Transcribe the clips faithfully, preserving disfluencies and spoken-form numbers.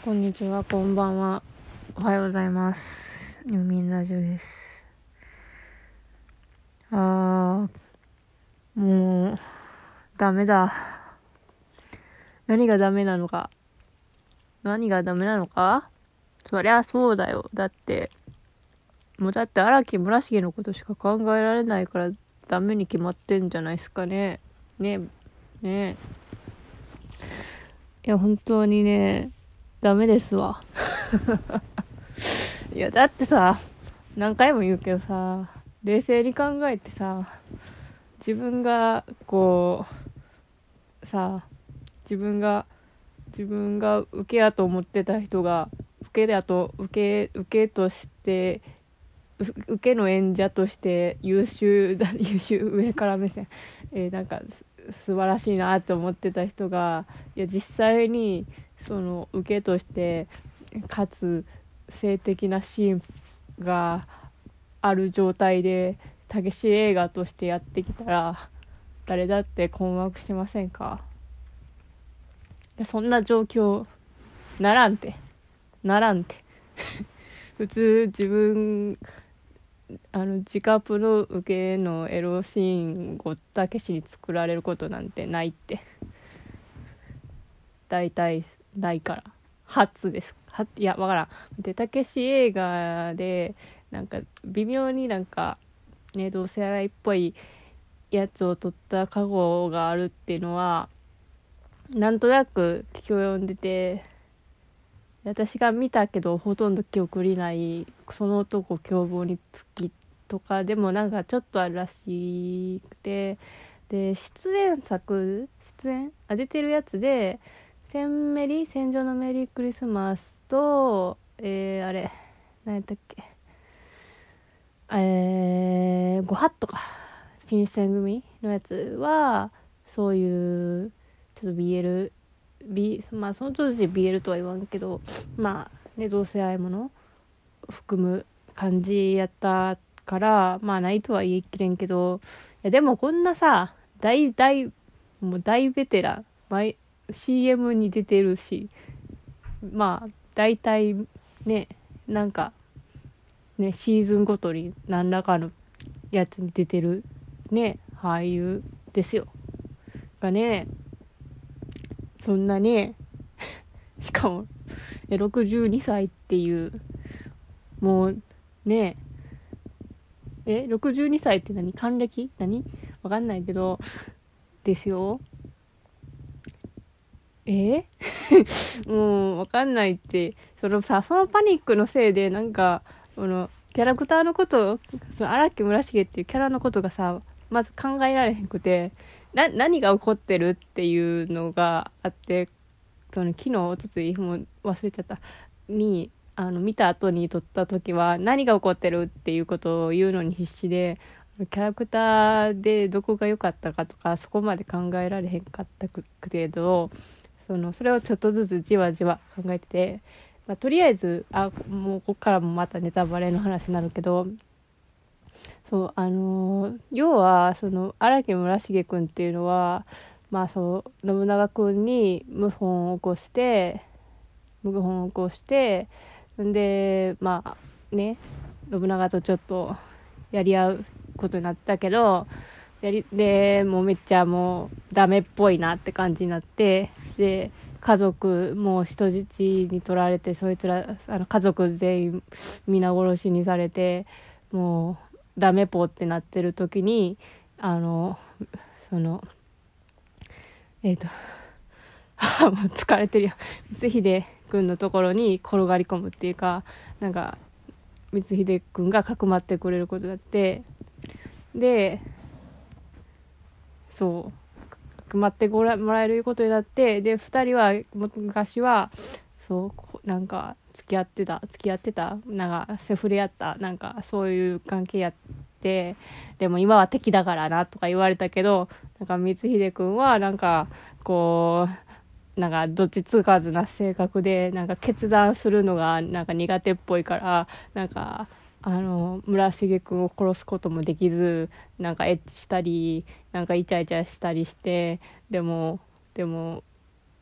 こんにちは、こんばんは、おはようございます。入眠ラジオです。あー、もう、ダメだ。何がダメなのか。何がダメなのかそりゃそうだよ。だって、もうだって荒木村重のことしか考えられないからダメに決まってんじゃないですかね。ねえ、ねえ。いや、本当にね、ダメですわ。いや、だってさ、何回も言うけどさ、冷静に考えてさ、自分がこうさ自分が自分が受けやと思ってた人が受けやと受け受けとして受けの演者として優秀だ優秀上から目線、えー、なんか素晴らしいなと思ってた人がいや実際にその受けとしてかつ性的なシーンがある状態でたけし映画としてやってきたら誰だって困惑しませんか？いやそんな状況ならんてならんて普通自分あの自家プロ受けのエロシーンをたけしに作られることなんてないって大体ないから初ですはいやわからんでたけし映画でなんか微妙になんかね同性愛っぽいやつを取った過去があるっていうのはなんとなく聞き及んでて私が見たけどほとんど記憶にないその男凶暴につきとかでもなんかちょっとあるらしくてで出演作出演あ出てるやつでセンメリ戦場のメリークリスマスとえー、あれ何やったっけえー、ごはっとか新選組のやつはそういうちょっと ビーエルB まあその当時 ビーエル とは言わんけどまあね同性愛もの含む感じやったからまあないとは言い切れんけどいやでもこんなさ大大もう大ベテラン毎 シーエム に出てるしまあ大体ねなんかねシーズンごとに何らかのやつに出てるね俳優ですよがねそんなねしかもろくじゅうにさいっていうもうねえろくじゅうにさいって何還暦何わかんないけどですよえもうわかんないってそのさそのパニックのせいでなんかこのキャラクターのことその荒木村重っていうキャラのことがさまず考えられへんくてな何が起こってるっていうのがあってその昨日おとついもう忘れちゃったにあの見た後に撮った時は何が起こってるっていうことを言うのに必死でキャラクターでどこが良かったかとかそこまで考えられへんかったけどそのそれをちょっとずつじわじわ考えてて、まあ、とりあえずあもうここからもまたネタバレの話になるけどそうあのー、要はその荒木村重君っていうのはまあそう信長君に謀反を起こして謀反を起こしてんでまあね信長とちょっとやり合うことになったけどやりでもうめっちゃもうダメっぽいなって感じになってで家族もう人質に取られてそいつらあの家族全員皆殺しにされてもうダメポってなってる時にあのそのえっ、ー、ともう疲れてるよ光秀君のところに転がり込むっていうかなんか光秀君がかくまってくれることだってでそうかくまってもらえることになってでふたりは昔はそうなんか付き合ってた付き合ってたなんかセフレやったなんかそういう関係やってでも今は敵だからなとか言われたけどなんか光秀君はなんかこうなんかどっちつかずな性格でなんか決断するのがなんか苦手っぽいからなんかあの村重君を殺すこともできずなんかエッチしたりなんかイチャイチャしたりしてでもでも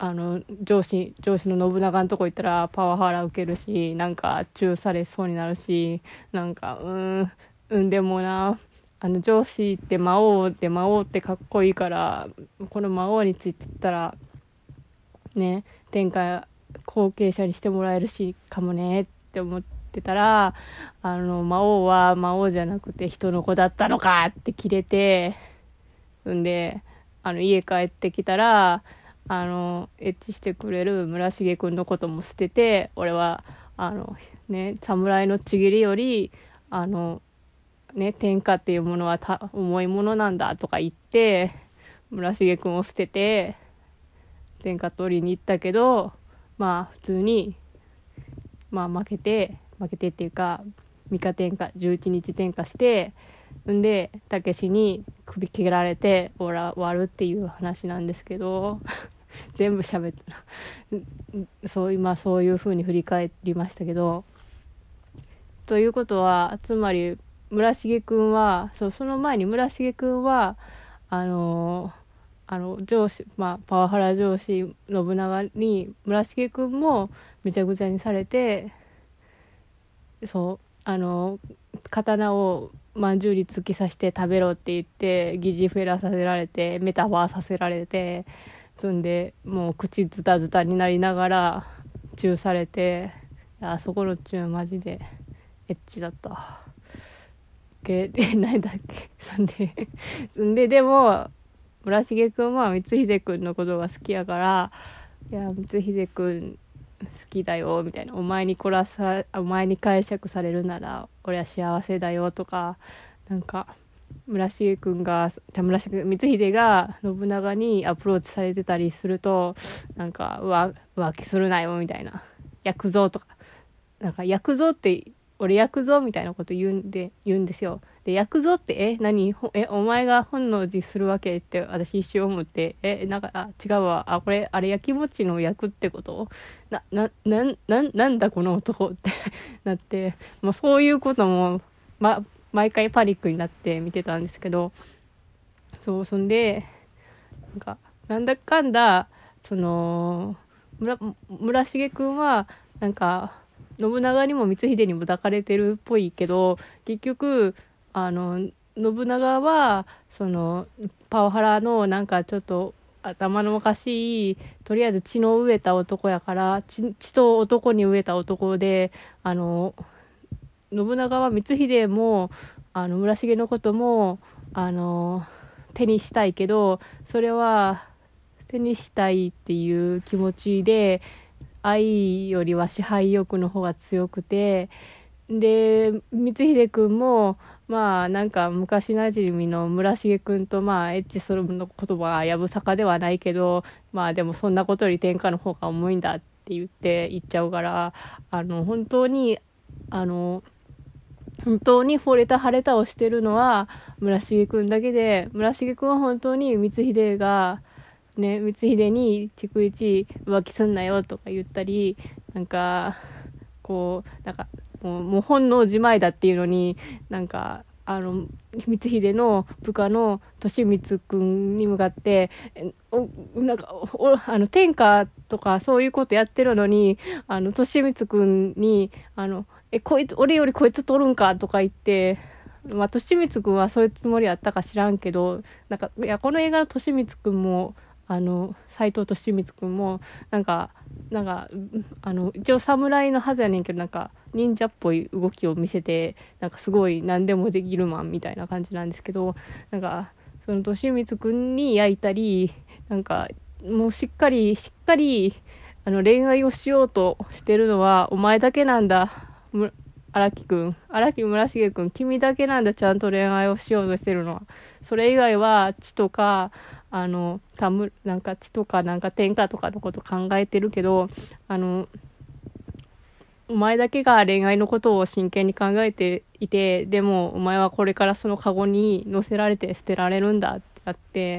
あの上司上司の信長のとこ行ったらパワハラ受けるし、なんかチューされそうになるし、なんかうーんうんでもな、あの上司って魔王で魔王ってかっこいいから、この魔王についてったらね、天下後継者にしてもらえるしかもねって思ってたら、あの魔王は魔王じゃなくて人の子だったのかってキレて、んであの家帰ってきたら、あのエッチしてくれる村重くんのことも捨てて、俺はあのね侍のちぎりよりあのね天下っていうものはた重いものなんだとか言って村重くんを捨てて天下取りに行ったけど、まあ普通にまあ負けて負けてっていうか三日天下じゅういちにち天下して、んでたけしに首切られて終わるっていう話なんですけど全部喋ったそう今そういう風に振り返りましたけど、ということはつまり村重くんはそうその前に村重くんはあのあの上司、まあ、パワハラ上司信長に村重くんもめちゃくちゃにされて、そうあの刀をまんじゅうに突き刺して食べろって言って疑似フェラさせられてメタバーさせられて、そんでもう口ズタズタになりながらチューされて、あそこのチューマジでエッチだったけで何だっけそんでそんででも村重くんは光秀くんのことが好きやから、いや光秀くん好きだよみたいな、お前に殺さお前に解釈されるなら俺は幸せだよとか、なんか村重くんがじゃ村重光秀が信長にアプローチされてたりすると、なんか浮浮気するなよみたいな、焼くぞとか、なんか焼くぞって俺焼くぞみたいなこと言うんで言うんですよ。で焼くぞってえ何えお前が本能寺するわけって私一瞬思って、えなんかあ違うわ、あこれあれ焼き餅の焼くってことなななななんだこの男ってなって、もうそういうこともま毎回パニックになって見てたんですけど、そうそんでなんかなんだかんだその村村重くんはなんか信長にも光秀にも抱かれてるっぽいけど、結局あの信長はそのパワハラのなんかちょっと頭のおかしいとりあえず血の飢えた男やから、 血, 血と男に飢えた男で、あの信長は光秀もあの村重のこともあの手にしたいけど、それは手にしたいっていう気持ちで愛よりは支配欲の方が強くて、で光秀くんもまあなんか昔なじみの村重くんとまあエッチするの言葉はやぶさかではないけど、まあでもそんなことより天下の方が重いんだって言って言っちゃうから、あの本当にあの本当に惚れた腫れたをしてるのは村重くんだけで、村重くんは本当に光秀がね、光秀に逐一浮気すんなよとか言ったり、なんかこうなんかもう、もう本能自前だっていうのに、なんかあの光秀の部下の利光くんに向かっておなんかおあの天下とかそういうことやってるのに、あの利光くんにあのえこいつ俺よりこいつ取るんかとか言って、まあ、利光くんはそういうつもりあったか知らんけど、なんかいやこの映画の利光くんもあの斎藤利光くんもなんかなんかあの一応侍のはずやねんけど、なんか忍者っぽい動きを見せて、なんかすごい何でもできるマンみたいな感じなんですけど、なんかその利光くんに焼いたり、なんかもうしっかりしっかりあの恋愛をしようとしてるのはお前だけなんだ、荒木くん荒木村重くん君だけなんだ、ちゃんと恋愛をしようとしてるのは。それ以外は血とかあのたむなんか血とかなんか天下とかのこと考えてるけど、あのお前だけが恋愛のことを真剣に考えていて、でもお前はこれからそのカゴに乗せられて捨てられるんだってあって、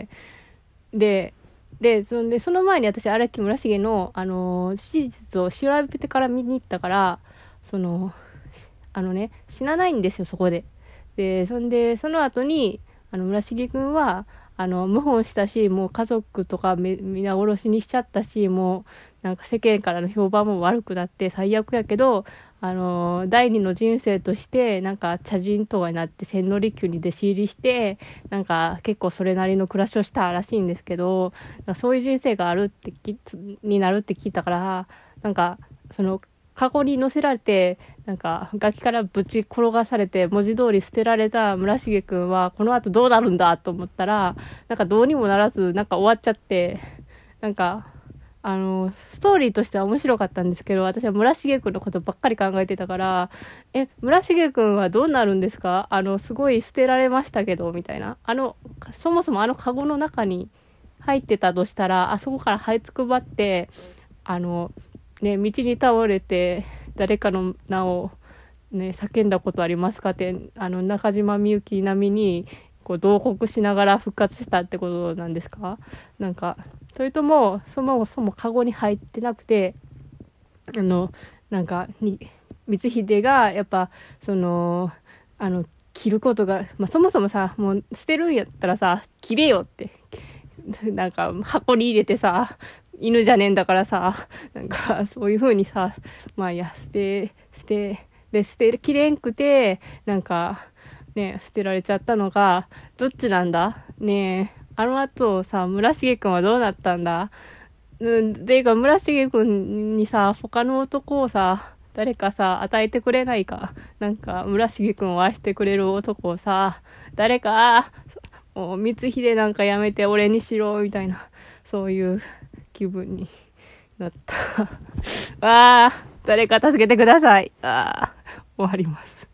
ででそんでその前に私荒木村重の、あのー、史実を調べてから見に行ったから、そのあのね死なないんですよそこで。でそんでその後にあの村重くんはあの謀反したし、もう家族とかめ皆殺しにしちゃったし、もうなんか世間からの評判も悪くなって最悪やけど、あの第二の人生としてなんか茶人とかになって千利休に弟子入りして、なんか結構それなりの暮らしをしたらしいんですけど、そういう人生があるってきになるって聞いたから、なんかそのカゴに乗せられて、なんか崖からぶち転がされて文字通り捨てられた村重くんはこの後どうなるんだと思ったら、なんかどうにもならず、なんか終わっちゃって、なんかあのストーリーとしては面白かったんですけど、私は村重くんのことばっかり考えてたから、え村重くんはどうなるんですか、あのすごい捨てられましたけどみたいな、あのそもそもあのカゴの中に入ってたとしたら、あそこから這いつくばって、あのね、道に倒れて誰かの名を、ね、叫んだことありますかって、あの中島みゆき並みにこう慟哭しながら復活したってことなんですか。なんかそれともそもそもカゴに入ってなくて、あのなんかに光秀がやっぱそのあの着ることが、まあ、そもそもさ、もう捨てるんやったらさ着れよってなんか箱に入れてさ、犬じゃねえんだからさ、なんかそういう風にさ、まあいや捨て捨てで捨てきれんくて、なんかね捨てられちゃったのがどっちなんだねえ。あの後さ、村重くんはどうなったんだ。うんでか村重くんにさ、他の男をさ誰かさ与えてくれないか。なんか村重くんを愛してくれる男をさ誰か、もう光秀なんかやめて俺にしろみたいな、そういう気分になったわあ、誰か助けてください。ああ、終わります。